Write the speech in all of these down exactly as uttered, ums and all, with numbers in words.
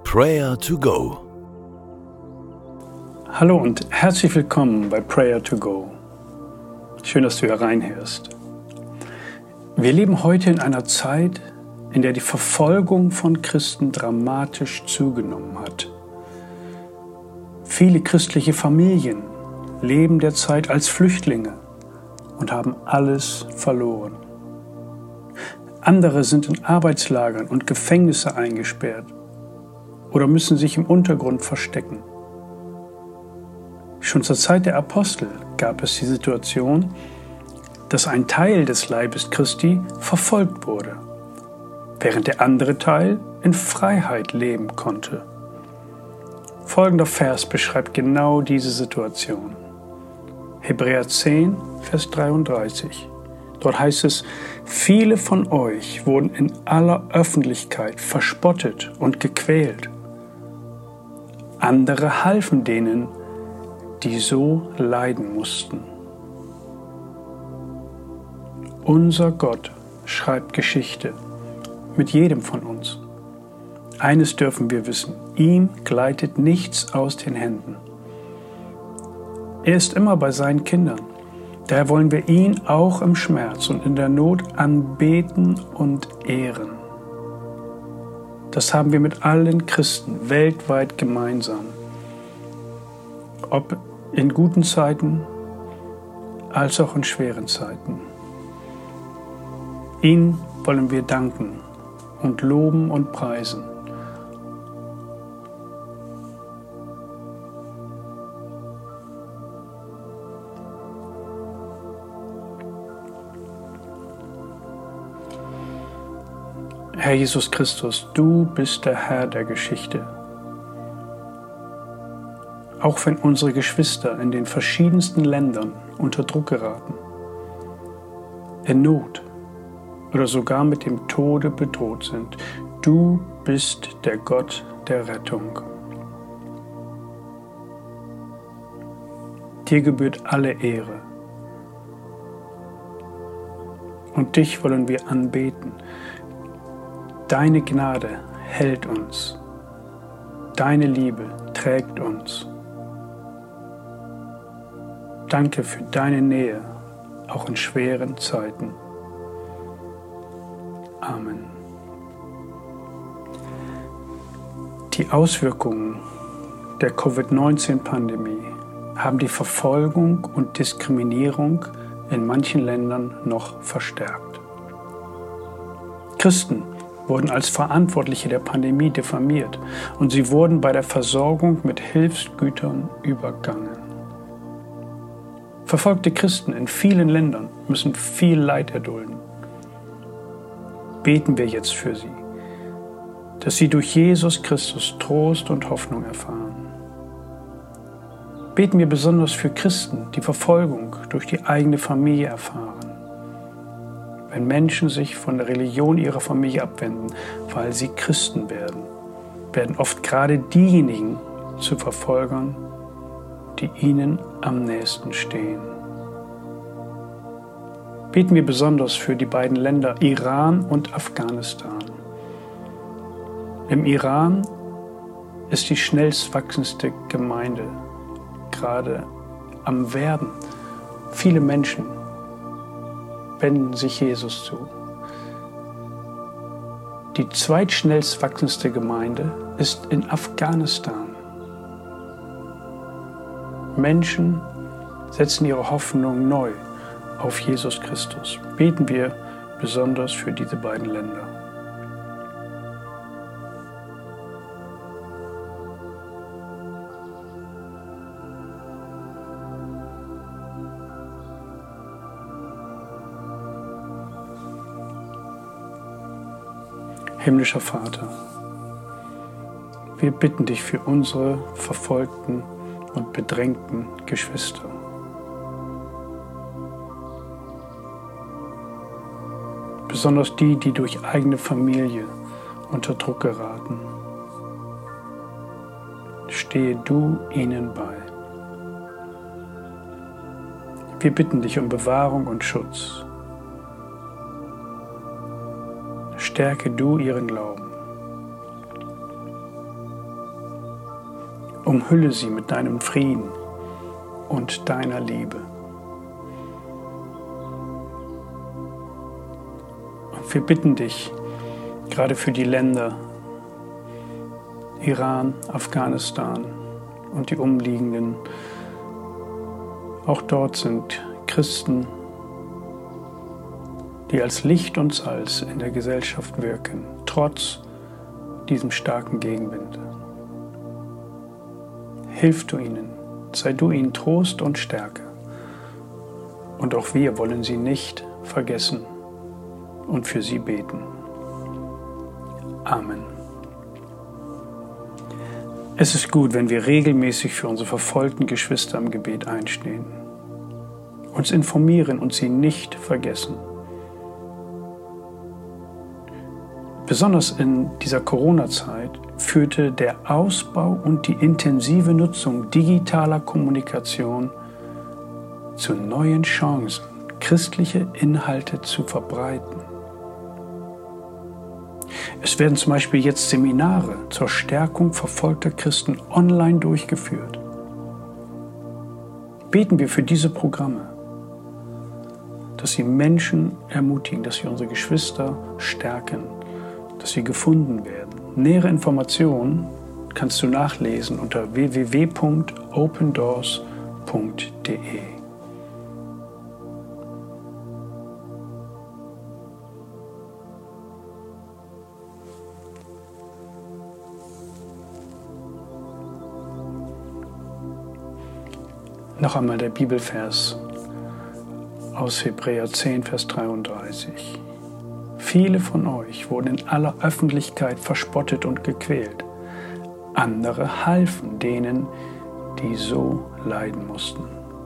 Prayer to Go. Hallo und herzlich willkommen bei Prayer to Go. Schön, dass du hier reinhörst. Wir leben heute in einer Zeit, in der die Verfolgung von Christen dramatisch zugenommen hat. Viele christliche Familien leben derzeit als Flüchtlinge und haben alles verloren. Andere sind in Arbeitslagern und Gefängnisse eingesperrt oder müssen sich im Untergrund verstecken. Schon zur Zeit der Apostel gab es die Situation, dass ein Teil des Leibes Christi verfolgt wurde, während der andere Teil in Freiheit leben konnte. Folgender Vers beschreibt genau diese Situation. Hebräer zehn, Vers dreiunddreißig. Dort heißt es: Viele von euch wurden in aller Öffentlichkeit verspottet und gequält. Andere halfen denen, die so leiden mussten. Unser Gott schreibt Geschichte mit jedem von uns. Eines dürfen wir wissen: ihm gleitet nichts aus den Händen. Er ist immer bei seinen Kindern. Daher wollen wir ihn auch im Schmerz und in der Not anbeten und ehren. Das haben wir mit allen Christen weltweit gemeinsam. Ob in guten Zeiten als auch in schweren Zeiten. Ihm wollen wir danken und loben und preisen. Herr Jesus Christus, du bist der Herr der Geschichte. Auch wenn unsere Geschwister in den verschiedensten Ländern unter Druck geraten, in Not oder sogar mit dem Tode bedroht sind, du bist der Gott der Rettung. Dir gebührt alle Ehre. Und dich wollen wir anbeten. Deine Gnade hält uns. Deine Liebe trägt uns. Danke für deine Nähe, auch in schweren Zeiten. Amen. Die Auswirkungen der Covid neunzehn Pandemie haben die Verfolgung und Diskriminierung in manchen Ländern noch verstärkt. Christen wurden als Verantwortliche der Pandemie diffamiert und sie wurden bei der Versorgung mit Hilfsgütern übergangen. Verfolgte Christen in vielen Ländern müssen viel Leid erdulden. Beten wir jetzt für sie, dass sie durch Jesus Christus Trost und Hoffnung erfahren. Beten wir besonders für Christen, die Verfolgung durch die eigene Familie erfahren. Wenn Menschen sich von der Religion ihrer Familie abwenden, weil sie Christen werden, werden oft gerade diejenigen zu Verfolgern, die ihnen am nächsten stehen. Beten wir besonders für die beiden Länder Iran und Afghanistan. Im Iran ist die schnellst wachsendste Gemeinde gerade am Werden. Viele Menschen wenden sich Jesus zu. Die zweitschnellst wachsendste Gemeinde ist in Afghanistan. Menschen setzen ihre Hoffnung neu auf Jesus Christus. Beten wir besonders für diese beiden Länder. Himmlischer Vater, wir bitten dich für unsere verfolgten und bedrängten Geschwister. Besonders die, die durch eigene Familie unter Druck geraten. Stehe du ihnen bei. Wir bitten dich um Bewahrung und Schutz. Stärke du ihren Glauben. Umhülle sie mit deinem Frieden und deiner Liebe. Und wir bitten dich, gerade für die Länder Iran, Afghanistan und die umliegenden, auch dort sind Christen, die als Licht und Salz in der Gesellschaft wirken, trotz diesem starken Gegenwind. Hilf du ihnen, sei du ihnen Trost und Stärke. Und auch wir wollen sie nicht vergessen und für sie beten. Amen. Es ist gut, wenn wir regelmäßig für unsere verfolgten Geschwister im Gebet einstehen, uns informieren und sie nicht vergessen. Besonders in dieser Corona-Zeit führte der Ausbau und die intensive Nutzung digitaler Kommunikation zu neuen Chancen, christliche Inhalte zu verbreiten. Es werden zum Beispiel jetzt Seminare zur Stärkung verfolgter Christen online durchgeführt. Beten wir für diese Programme, dass sie Menschen ermutigen, dass sie unsere Geschwister stärken, dass sie gefunden werden. Nähere Informationen kannst du nachlesen unter w w w punkt open doors punkt d e. Noch einmal der Bibelvers aus Hebräer zehn, Vers dreiunddreißig. Viele von euch wurden in aller Öffentlichkeit verspottet und gequält. Andere halfen denen, die so leiden mussten.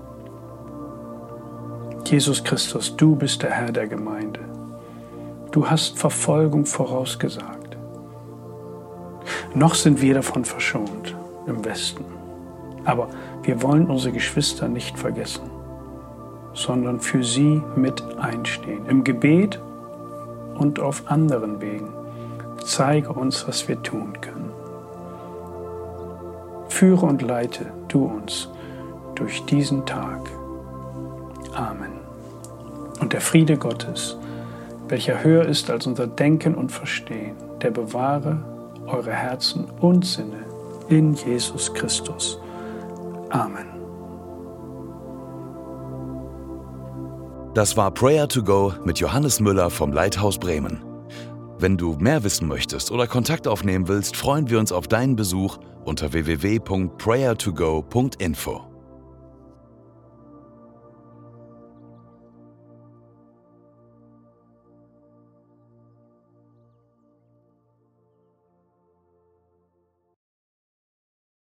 Jesus Christus, du bist der Herr der Gemeinde. Du hast Verfolgung vorausgesagt. Noch sind wir davon verschont im Westen. Aber wir wollen unsere Geschwister nicht vergessen, sondern für sie mit einstehen. Im Gebet und auf anderen Wegen. Zeige uns, was wir tun können. Führe und leite du uns durch diesen Tag. Amen. Und der Friede Gottes, welcher höher ist als unser Denken und Verstehen, der bewahre eure Herzen und Sinne in Jesus Christus. Amen. Das war Prayer to Go mit Johannes Müller vom Lighthouse Bremen. Wenn du mehr wissen möchtest oder Kontakt aufnehmen willst, freuen wir uns auf deinen Besuch unter w w w punkt prayer to go punkt info.